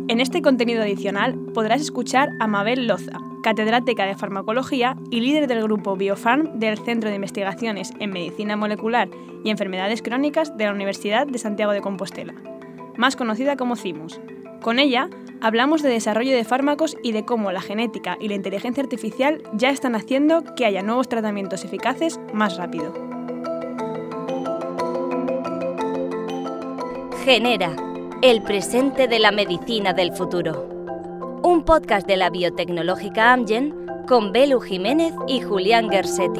En este contenido adicional podrás escuchar a Mabel Loza, catedrática de farmacología y líder del grupo Biofarm del Centro de Investigaciones en Medicina Molecular y Enfermedades Crónicas de la Universidad de Santiago de Compostela, más conocida como CIMUS. Con ella hablamos de desarrollo de fármacos y de cómo la genética y la inteligencia artificial ya están haciendo que haya nuevos tratamientos eficaces más rápido. Genera, el presente de la medicina del futuro. Un podcast de la biotecnológica Amgen con Belu Jiménez y Julián Gersetti.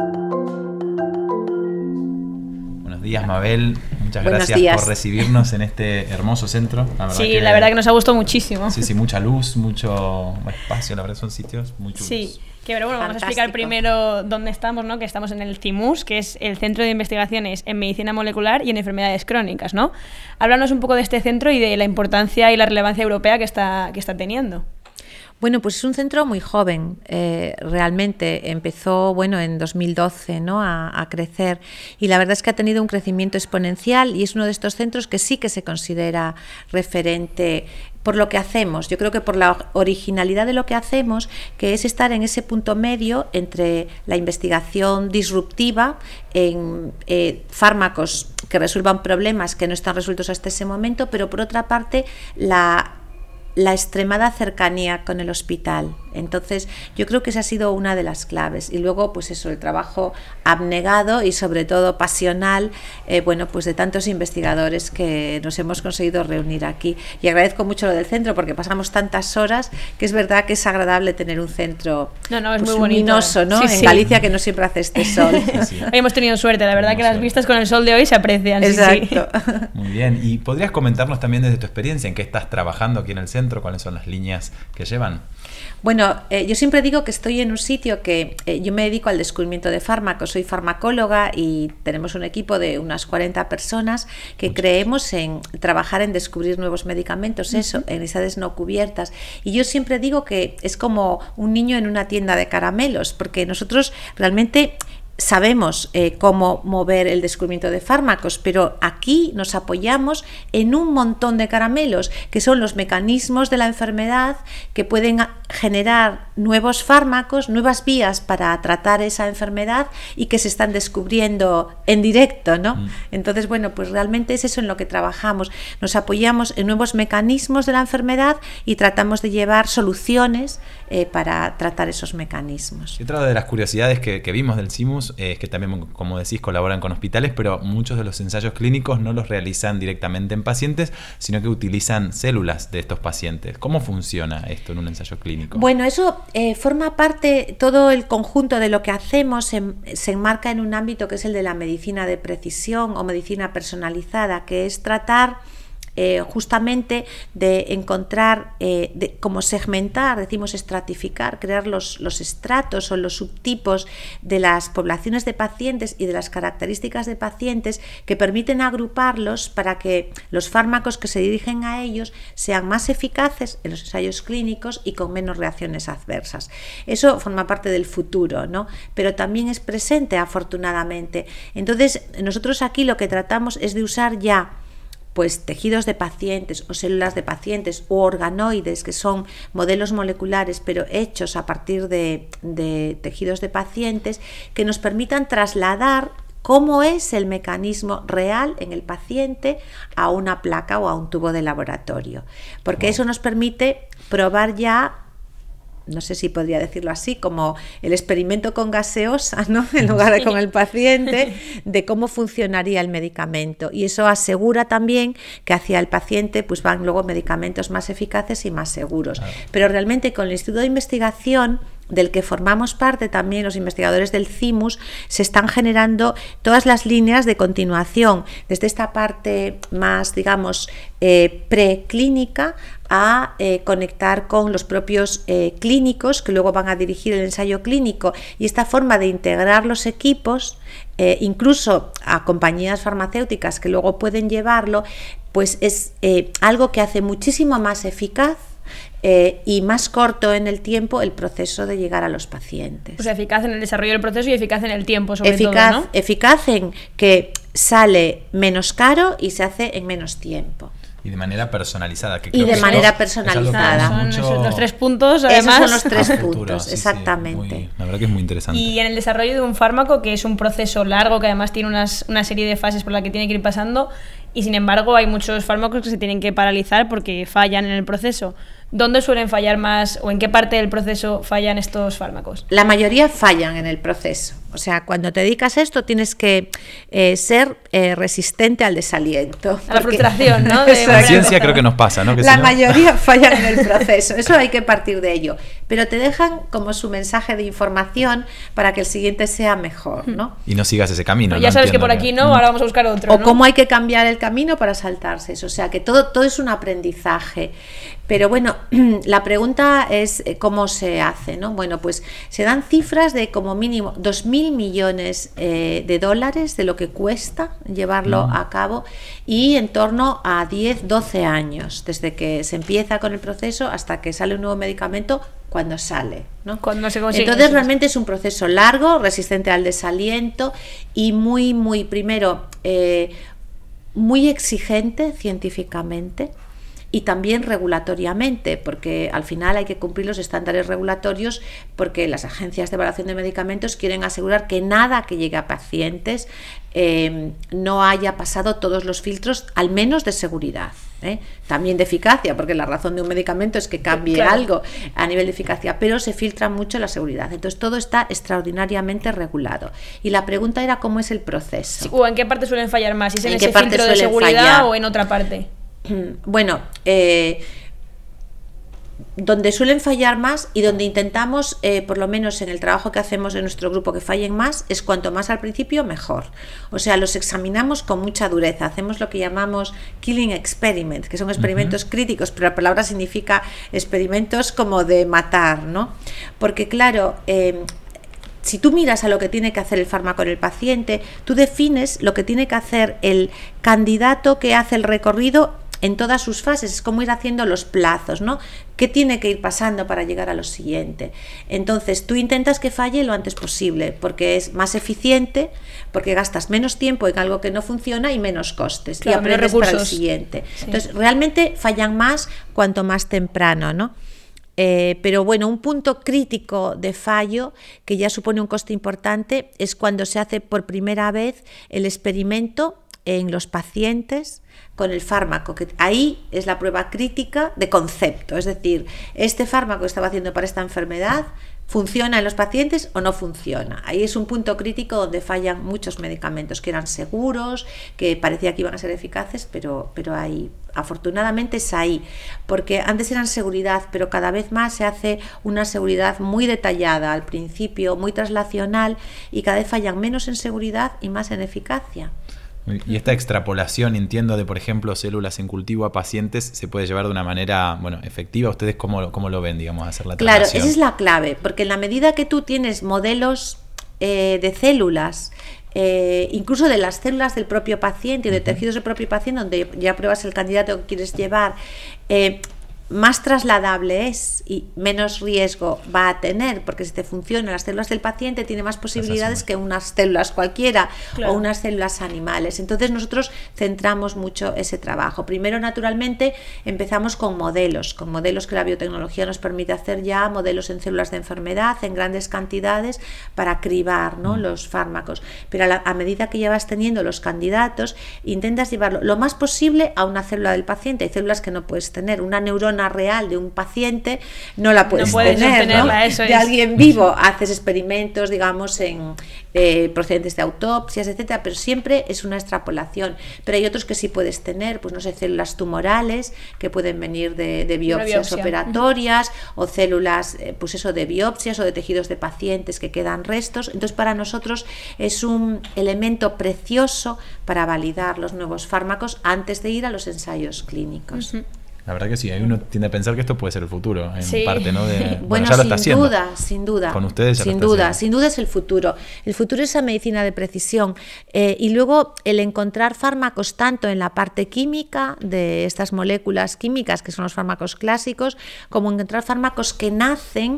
Buenos días, Mabel. Muchas gracias por recibirnos en este hermoso centro. La verdad que nos ha gustado muchísimo. Sí, mucha luz, mucho espacio. La verdad son sitios muy chulos. Sí. Pero bueno, vamos a explicar primero dónde estamos, ¿no? Que estamos en el CIMUS, que es el Centro de Investigaciones en Medicina Molecular y en Enfermedades Crónicas, ¿no? Háblanos un poco de este centro y de la importancia y la relevancia europea que está teniendo. Bueno, pues es un centro muy joven, realmente empezó en 2012, ¿no? a crecer, y la verdad es que ha tenido un crecimiento exponencial y es uno de estos centros que sí que se considera referente por lo que hacemos. Yo creo que por la originalidad de lo que hacemos, que es estar en ese punto medio entre la investigación disruptiva en fármacos que resuelvan problemas que no están resueltos hasta ese momento, pero por otra parte la extremada cercanía con el hospital. Entonces yo creo que esa ha sido una de las claves, y luego pues eso, el trabajo abnegado y sobre todo pasional pues de tantos investigadores que nos hemos conseguido reunir aquí, y agradezco mucho lo del centro porque pasamos tantas horas que es verdad que es agradable tener un centro es pues, muy bonito, luminoso, ¿no? Sí. Galicia, que no siempre hace este sol. Sí. Hoy hemos tenido suerte, la verdad que las vistas con el sol de hoy se aprecian. Exacto. Sí. Muy bien, y ¿podrías comentarnos también desde tu experiencia en qué estás trabajando aquí en el centro? ¿Cuáles son las líneas que llevan? Bueno, yo siempre digo que estoy en un sitio que yo me dedico al descubrimiento de fármacos, soy farmacóloga y tenemos un equipo de unas 40 personas que creemos en trabajar en descubrir nuevos medicamentos, eso, en necesidades no cubiertas. Y yo siempre digo que es como un niño en una tienda de caramelos, porque nosotros realmente sabemos cómo mover el descubrimiento de fármacos, pero aquí nos apoyamos en un montón de caramelos, que son los mecanismos de la enfermedad que pueden generar nuevos fármacos, nuevas vías para tratar esa enfermedad y que se están descubriendo en directo, ¿no? Entonces, pues realmente es eso en lo que trabajamos. Nos apoyamos en nuevos mecanismos de la enfermedad y tratamos de llevar soluciones para tratar esos mecanismos. Y otra de las curiosidades que vimos del CIMUS es que también, como decís, colaboran con hospitales, pero muchos de los ensayos clínicos no los realizan directamente en pacientes, sino que utilizan células de estos pacientes. ¿Cómo funciona esto en un ensayo clínico? Bueno, eso forma parte, todo el conjunto de lo que hacemos se enmarca en un ámbito que es el de la medicina de precisión o medicina personalizada, que es tratar justamente de encontrar, como segmentar, decimos estratificar, crear los estratos o los subtipos de las poblaciones de pacientes y de las características de pacientes que permiten agruparlos para que los fármacos que se dirigen a ellos sean más eficaces en los ensayos clínicos y con menos reacciones adversas. Eso forma parte del futuro, ¿no? Pero también es presente, afortunadamente. Entonces, nosotros aquí lo que tratamos es de usar ya pues tejidos de pacientes o células de pacientes o organoides, que son modelos moleculares pero hechos a partir de tejidos de pacientes, que nos permitan trasladar cómo es el mecanismo real en el paciente a una placa o a un tubo de laboratorio, porque eso nos permite probar ya, no sé si podría decirlo así, como el experimento con gaseosa, ¿no? En lugar de con el paciente, de cómo funcionaría el medicamento. Y eso asegura también que hacia el paciente pues van luego medicamentos más eficaces y más seguros. Claro. Pero realmente con el Instituto de Investigación del que formamos parte también los investigadores del CIMUS, se están generando todas las líneas de continuación, desde esta parte más, digamos, preclínica a conectar con los propios clínicos que luego van a dirigir el ensayo clínico, y esta forma de integrar los equipos, incluso a compañías farmacéuticas que luego pueden llevarlo, pues es algo que hace muchísimo más eficaz y más corto en el tiempo el proceso de llegar a los pacientes. O sea, eficaz en el desarrollo del proceso y eficaz en el tiempo, sobre todo, ¿no? Eficaz en que sale menos caro y se hace en menos tiempo. Y de manera personalizada. Y de manera personalizada. Son mucho... los 3 puntos, además. Esos son los 3 puntos, futuro, sí, exactamente. Sí, la verdad que es muy interesante. Y en el desarrollo de un fármaco, que es un proceso largo, que además tiene una serie de fases por las que tiene que ir pasando, y sin embargo hay muchos fármacos que se tienen que paralizar porque fallan en el proceso. ¿Dónde suelen fallar más o en qué parte del proceso fallan estos fármacos? La mayoría fallan en el proceso. O sea, cuando te dedicas a esto tienes que ser resistente al desaliento. A la frustración, ¿no? La ciencia creo que nos pasa, ¿no? Que la mayoría fallan en el proceso. Eso hay que partir de ello. Pero te dejan como su mensaje de información para que el siguiente sea mejor, ¿no? Y no sigas ese camino. Pues ya sabes que por aquí no, ahora vamos a buscar otro, o ¿no? cómo hay que cambiar el camino para saltarse eso. O sea, que todo es un aprendizaje. Pero bueno, la pregunta es cómo se hace, ¿no? Bueno, pues se dan cifras de como mínimo 2.000 millones de dólares de lo que cuesta llevarlo a cabo, y en torno a 10, 12 años desde que se empieza con el proceso hasta que sale un nuevo medicamento, cuando sale, ¿no? Cuando se consigue. Entonces realmente es un proceso largo, resistente al desaliento y muy primero muy exigente científicamente y también regulatoriamente, porque al final hay que cumplir los estándares regulatorios, porque las agencias de evaluación de medicamentos quieren asegurar que nada que llegue a pacientes no haya pasado todos los filtros, al menos de seguridad, también de eficacia, porque la razón de un medicamento es que cambie algo a nivel de eficacia, pero se filtra mucho la seguridad. Entonces todo está extraordinariamente regulado. Y la pregunta era cómo es el proceso. Sí, o en qué parte suelen fallar más, si es en ¿En ese qué parte filtro de suelen seguridad fallar? O en otra parte. Bueno, donde suelen fallar más y donde intentamos, por lo menos en el trabajo que hacemos en nuestro grupo, que fallen más, es cuanto más al principio mejor. O sea, los examinamos con mucha dureza, hacemos lo que llamamos killing experiments, que son experimentos críticos, pero la palabra significa experimentos como de matar, ¿no? Porque claro, si tú miras a lo que tiene que hacer el fármaco en el paciente, tú defines lo que tiene que hacer el candidato que hace el recorrido en todas sus fases. Es como ir haciendo los plazos, ¿no? ¿Qué tiene que ir pasando para llegar a lo siguiente? Entonces tú intentas que falle lo antes posible, porque es más eficiente, porque gastas menos tiempo en algo que no funciona y menos costes, claro, y aprendes menos para el recursos. siguiente. Sí. Entonces realmente fallan más cuanto más temprano, ¿no? Pero bueno, un punto crítico de fallo que ya supone un coste importante es cuando se hace por primera vez el experimento en los pacientes con el fármaco, que ahí es la prueba crítica de concepto, es decir, este fármaco que estaba haciendo para esta enfermedad ¿funciona en los pacientes o no funciona? Ahí es un punto crítico donde fallan muchos medicamentos que eran seguros, que parecía que iban a ser eficaces, pero ahí, afortunadamente es ahí, porque antes eran seguridad, pero cada vez más se hace una seguridad muy detallada al principio, muy traslacional, y cada vez fallan menos en seguridad y más en eficacia. Y esta extrapolación, entiendo, de, por ejemplo, células en cultivo a pacientes, se puede llevar de una manera, efectiva. ¿Ustedes cómo lo ven, digamos, hacer la traslación? Claro, esa es la clave, porque en la medida que tú tienes modelos de células, incluso de las células del propio paciente y de tejidos del propio paciente, donde ya pruebas el candidato que quieres llevar, más trasladable es y menos riesgo va a tener, porque si te funcionan las células del paciente tiene más posibilidades que unas células cualquiera, claro, o unas células animales. Entonces nosotros centramos mucho ese trabajo. Primero, naturalmente, empezamos con modelos que la biotecnología nos permite hacer ya, modelos en células de enfermedad en grandes cantidades para cribar, ¿no?, los fármacos. Pero a medida que ya vas teniendo los candidatos, intentas llevarlo lo más posible a una célula del paciente. Hay células que no puedes tener, una neurona real de un paciente no la puedes tener, ¿no? De alguien vivo haces experimentos, digamos, en procedentes de autopsias, etcétera, pero siempre es una extrapolación. Pero hay otros que sí puedes tener, pues no sé, células tumorales que pueden venir de biopsias operatorias, o células, pues eso, de biopsias o de tejidos de pacientes que quedan restos. Entonces para nosotros es un elemento precioso para validar los nuevos fármacos antes de ir a los ensayos clínicos. La verdad que sí, uno tiende a pensar que esto puede ser el futuro, en parte, ¿no? Bueno, ya lo está haciendo. Sin duda. Con ustedes ya sin lo está duda, sin duda es el futuro. El futuro es esa medicina de precisión. Y luego el encontrar fármacos tanto en la parte química de estas moléculas químicas, que son los fármacos clásicos, como encontrar fármacos que nacen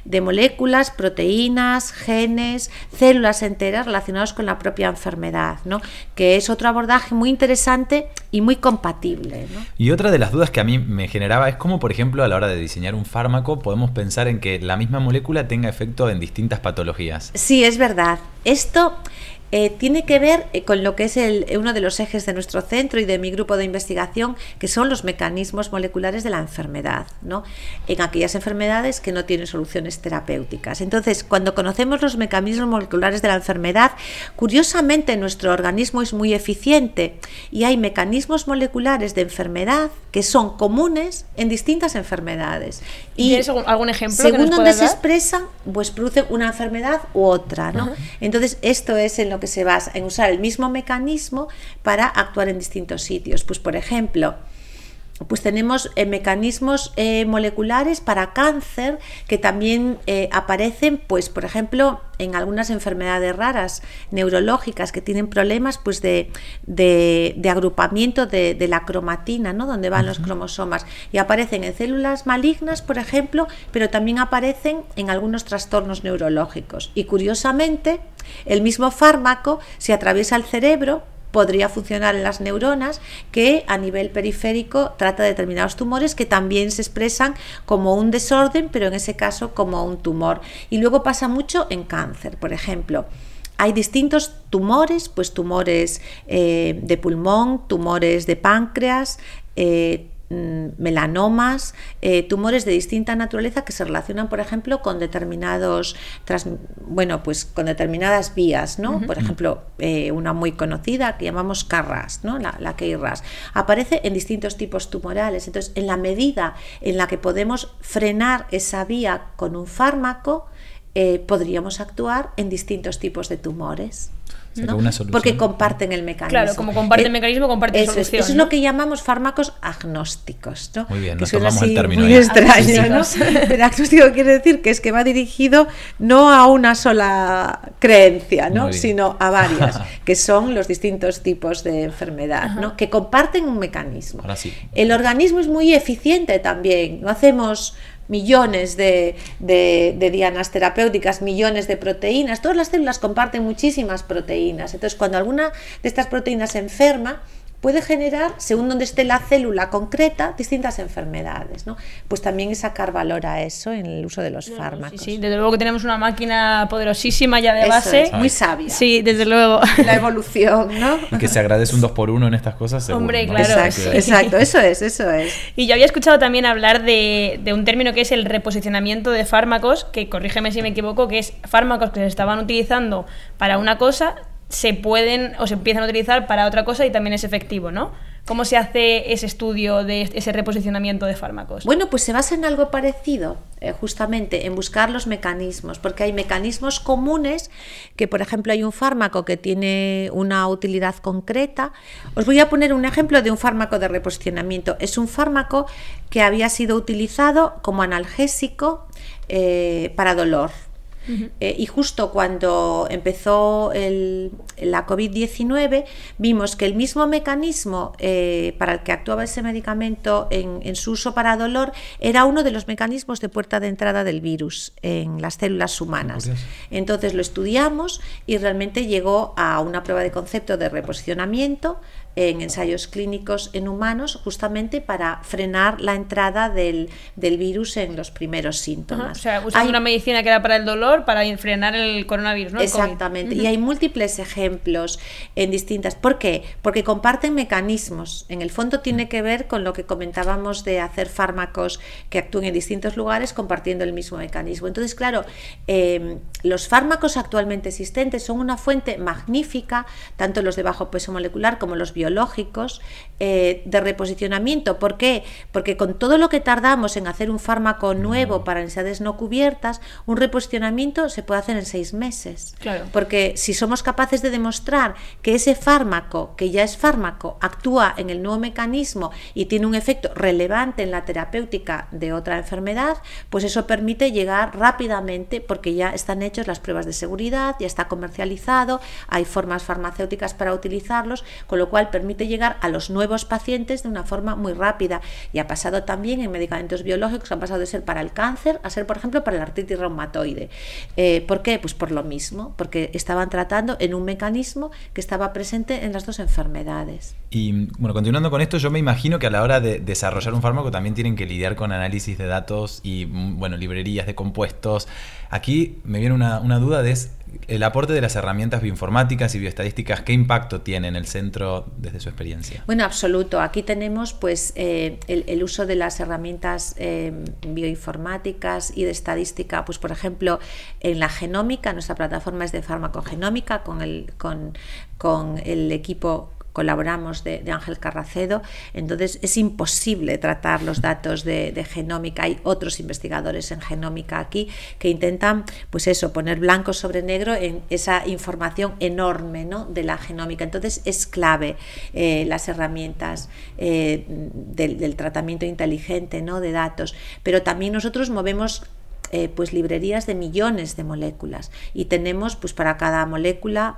de moléculas, proteínas, genes, células enteras relacionadas con la propia enfermedad, ¿no? Que es otro abordaje muy interesante y muy compatible, ¿no? Y otra de las dudas que a mí me generaba es cómo, por ejemplo, a la hora de diseñar un fármaco podemos pensar en que la misma molécula tenga efecto en distintas patologías. Sí, es verdad. Esto tiene que ver con lo que es uno de los ejes de nuestro centro y de mi grupo de investigación, que son los mecanismos moleculares de la enfermedad, ¿no? En aquellas enfermedades que no tienen soluciones terapéuticas. Entonces, cuando conocemos los mecanismos moleculares de la enfermedad, curiosamente nuestro organismo es muy eficiente y hay mecanismos moleculares de enfermedad que son comunes en distintas enfermedades. Y ¿tienes algún ejemplo? Según donde se expresan, pues producen una enfermedad u otra, ¿no? Uh-huh. Entonces, esto es en lo que se basa en usar el mismo mecanismo para actuar en distintos sitios. Pues, por ejemplo, pues tenemos mecanismos moleculares para cáncer que también aparecen, pues por ejemplo, en algunas enfermedades raras neurológicas que tienen problemas pues de agrupamiento de la cromatina, ¿no? Donde van los cromosomas, y aparecen en células malignas, por ejemplo, pero también aparecen en algunos trastornos neurológicos. Y curiosamente, el mismo fármaco, si atraviesa el cerebro, podría funcionar en las neuronas, que a nivel periférico trata determinados tumores que también se expresan como un desorden, pero en ese caso como un tumor. Y luego pasa mucho en cáncer, por ejemplo. Hay distintos tumores, pues tumores de pulmón, tumores de páncreas, melanomas, tumores de distinta naturaleza que se relacionan, por ejemplo, con determinados, con determinadas vías, ¿no? Uh-huh. Por ejemplo, una muy conocida que llamamos KRAS, ¿no? La KRAS, aparece en distintos tipos tumorales. Entonces, en la medida en la que podemos frenar esa vía con un fármaco, podríamos actuar en distintos tipos de tumores, ¿no? Porque comparten el mecanismo. Claro, como comparten el mecanismo, comparten solución. Eso es lo que llamamos fármacos agnósticos, ¿no? Muy bien, que nos suena tomamos así el término muy extraño, ¿no? Pero agnóstico quiere decir que es que va dirigido no a una sola creencia, ¿no? Sino a varias, que son los distintos tipos de enfermedad, ¿no? Que comparten un mecanismo. Ahora sí. El organismo es muy eficiente también. No hacemos millones de dianas terapéuticas, millones de proteínas. Todas las células comparten muchísimas proteínas. Entonces, cuando alguna de estas proteínas se enferma, puede generar, según donde esté la célula concreta, distintas enfermedades, ¿no? Pues también es sacar valor a eso en el uso de los fármacos. Sí, desde luego que tenemos una máquina poderosísima ya de base. Es, muy sabia. Sí, desde luego. La evolución, ¿no? Y que se agradece un 2x1 en estas cosas, seguro. Hombre, ¿no? claro. Exacto, eso es. Y yo había escuchado también hablar de un término que es el reposicionamiento de fármacos, que corrígeme si me equivoco, que es fármacos que se estaban utilizando para una cosa, se pueden o se empiezan a utilizar para otra cosa y también es efectivo, ¿no? ¿Cómo se hace ese estudio de ese reposicionamiento de fármacos? Bueno, pues se basa en algo parecido, justamente en buscar los mecanismos, porque hay mecanismos comunes que, por ejemplo, hay un fármaco que tiene una utilidad concreta. Os voy a poner un ejemplo de un fármaco de reposicionamiento. Es un fármaco que había sido utilizado como analgésico para dolor. Uh-huh. Y justo cuando empezó la COVID-19 vimos que el mismo mecanismo para el que actuaba ese medicamento en su uso para dolor era uno de los mecanismos de puerta de entrada del virus en las células humanas. Entonces lo estudiamos y realmente llegó a una prueba de concepto de reposicionamiento en ensayos clínicos en humanos, justamente para frenar la entrada del virus en los primeros síntomas. Uh-huh. O sea, usando una medicina que era para el dolor, para frenar el coronavirus, ¿no? Exactamente. Uh-huh. Y hay múltiples ejemplos en distintas. ¿Por qué? Porque comparten mecanismos. En el fondo tiene que ver con lo que comentábamos de hacer fármacos que actúen en distintos lugares compartiendo el mismo mecanismo. Entonces, claro, los fármacos actualmente existentes son una fuente magnífica, tanto los de bajo peso molecular como los biológicos, de reposicionamiento. ¿Por qué? Porque con todo lo que tardamos en hacer un fármaco nuevo para necesidades no cubiertas, un reposicionamiento tratamiento se puede hacer en 6 meses. Claro. Porque si somos capaces de demostrar que ese fármaco, que ya es fármaco, actúa en el nuevo mecanismo y tiene un efecto relevante en la terapéutica de otra enfermedad, pues eso permite llegar rápidamente, porque ya están hechas las pruebas de seguridad, ya está comercializado, hay formas farmacéuticas para utilizarlos, con lo cual permite llegar a los nuevos pacientes de una forma muy rápida. Y ha pasado también en medicamentos biológicos, han pasado de ser para el cáncer a ser, por ejemplo, para la artritis reumatoide. ¿Por qué? Pues por lo mismo, porque estaban tratando en un mecanismo que estaba presente en las dos enfermedades. Y bueno, continuando con esto, yo me imagino que a la hora de desarrollar un fármaco también tienen que lidiar con análisis de datos y, bueno, librerías de compuestos. Aquí me viene una duda de el aporte de las herramientas bioinformáticas y bioestadísticas, ¿qué impacto tiene en el centro desde su experiencia? Bueno, absoluto. Aquí tenemos pues el uso de las herramientas bioinformáticas y de estadística, pues por ejemplo en la genómica, nuestra plataforma es de farmacogenómica, con el equipo colaboramos de Ángel Carracedo, entonces es imposible tratar los datos de genómica. Hay otros investigadores en genómica aquí que intentan, pues eso, poner blanco sobre negro en esa información enorme, ¿no?, de la genómica. Entonces es clave las herramientas del tratamiento inteligente, ¿no?, de datos, pero también nosotros movemos pues librerías de millones de moléculas y tenemos pues para cada molécula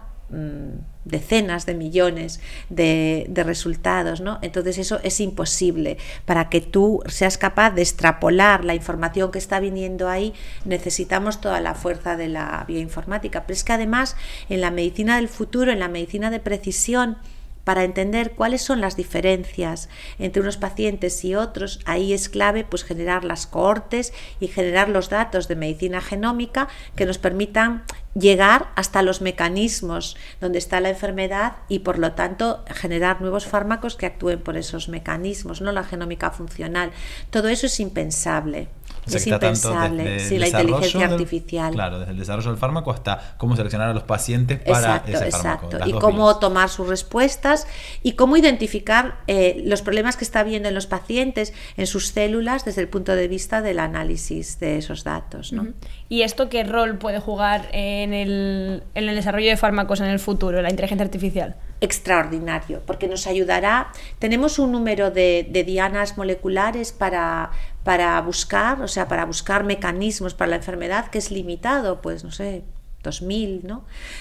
decenas de millones de resultados, ¿no? Entonces eso es imposible. Para que tú seas capaz de extrapolar la información que está viniendo ahí, necesitamos toda la fuerza de la bioinformática. Pero es que además en la medicina del futuro, en la medicina de precisión, para entender cuáles son las diferencias entre unos pacientes y otros, ahí es clave pues generar las cohortes y generar los datos de medicina genómica que nos permitan llegar hasta los mecanismos donde está la enfermedad y por lo tanto generar nuevos fármacos que actúen por esos mecanismos, no la genómica funcional. Todo eso es impensable. O sea, es impensable, sí, la inteligencia artificial. Claro, desde el desarrollo del fármaco hasta cómo seleccionar a los pacientes para ese fármaco. Exacto, y cómo tomar sus respuestas y cómo identificar los problemas que está viendo en los pacientes, en sus células, desde el punto de vista del análisis de esos datos, ¿no? ¿Y esto qué rol puede jugar en el desarrollo de fármacos en el futuro, la inteligencia artificial? Extraordinario, porque nos ayudará. Tenemos un número de dianas moleculares para buscar, o sea, para buscar mecanismos para la enfermedad que es limitado, pues no sé, 2000, ¿no?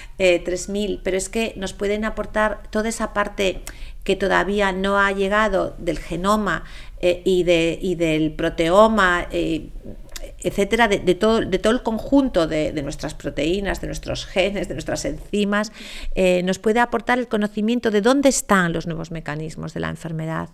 3000, pero es que nos pueden aportar toda esa parte que todavía no ha llegado del genoma y del proteoma, etcétera, de todo el conjunto de nuestras proteínas, de nuestros genes, de nuestras enzimas, nos puede aportar el conocimiento de dónde están los nuevos mecanismos de la enfermedad.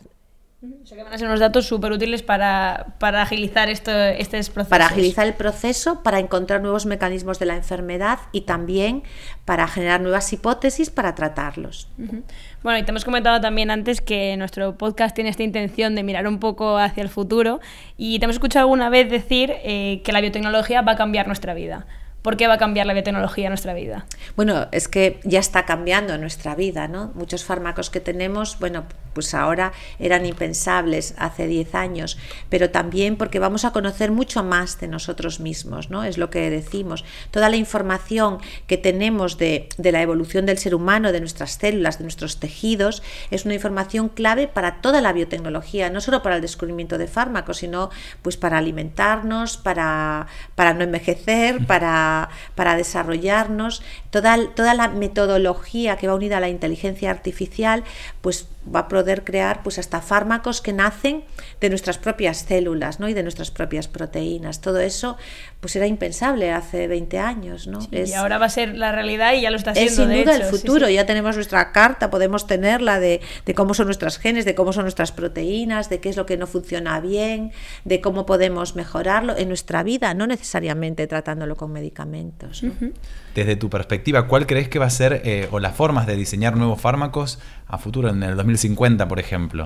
O sea que van a ser unos datos súper útiles para agilizar estos procesos. Para agilizar el proceso, para encontrar nuevos mecanismos de la enfermedad y también para generar nuevas hipótesis para tratarlos. Bueno, y te hemos comentado también antes que nuestro podcast tiene esta intención de mirar un poco hacia el futuro y te hemos escuchado alguna vez decir que la biotecnología va a cambiar nuestra vida. ¿Por qué va a cambiar la biotecnología en nuestra vida? Bueno, es que ya está cambiando nuestra vida, ¿no? Muchos fármacos que tenemos, bueno, pues ahora eran impensables hace 10 años, pero también porque vamos a conocer mucho más de nosotros mismos, ¿no? Es lo que decimos. Toda la información que tenemos de la evolución del ser humano, de nuestras células, de nuestros tejidos, es una información clave para toda la biotecnología, no solo para el descubrimiento de fármacos, sino pues para alimentarnos, para no envejecer, para desarrollarnos. Toda la metodología que va unida a la inteligencia artificial pues va a poder crear pues hasta fármacos que nacen de nuestras propias células, ¿no? Y de nuestras propias proteínas. Todo eso pues era impensable hace 20 años, ¿no? Sí, y ahora va a ser la realidad y ya lo está siendo. Es sin duda el futuro. Sí. Ya tenemos nuestra carta, podemos tenerla de cómo son nuestros genes, de cómo son nuestras proteínas, de qué es lo que no funciona bien, de cómo podemos mejorarlo en nuestra vida, no necesariamente tratándolo con medicamentos, ¿no? Desde tu perspectiva, ¿cuál crees que va a ser o las formas de diseñar nuevos fármacos a futuro, en el 2050, por ejemplo?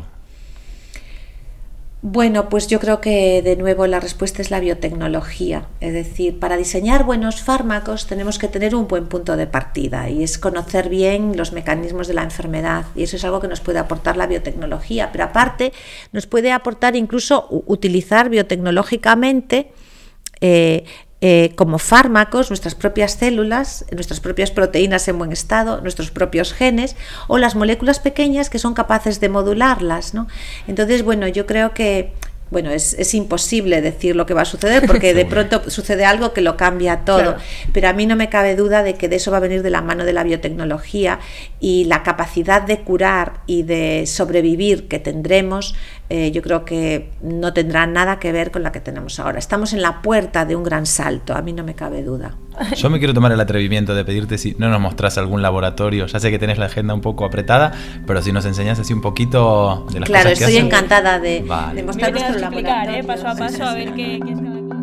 Bueno, pues yo creo que de nuevo la respuesta es la biotecnología. Es decir, para diseñar buenos fármacos tenemos que tener un buen punto de partida y es conocer bien los mecanismos de la enfermedad, y eso es algo que nos puede aportar la biotecnología, pero aparte nos puede aportar incluso utilizar biotecnológicamente como fármacos, nuestras propias células, nuestras propias proteínas en buen estado, nuestros propios genes o las moléculas pequeñas que son capaces de modularlas, ¿no? Entonces, bueno, yo creo que es imposible decir lo que va a suceder porque de pronto sucede algo que lo cambia todo, claro. Pero a mí no me cabe duda de que de eso va a venir de la mano de la biotecnología y la capacidad de curar y de sobrevivir que tendremos, yo creo que no tendrá nada que ver con la que tenemos ahora. Estamos en la puerta de un gran salto, a mí no me cabe duda. Yo me quiero tomar el atrevimiento de pedirte si no nos mostrás algún laboratorio. Ya sé que tenés la agenda un poco apretada, pero si nos enseñás así un poquito de las cosas que hacen. Claro, estoy encantada de mostrar nuestro laboratorio. Paso a paso, a ver qué es cada cosa.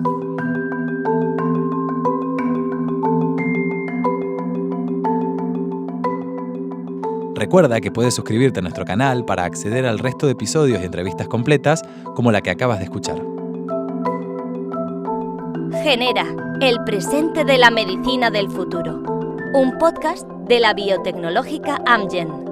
Recuerda que puedes suscribirte a nuestro canal para acceder al resto de episodios y entrevistas completas como la que acabas de escuchar. Genera, el presente de la medicina del futuro. Un podcast de la biotecnológica Amgen.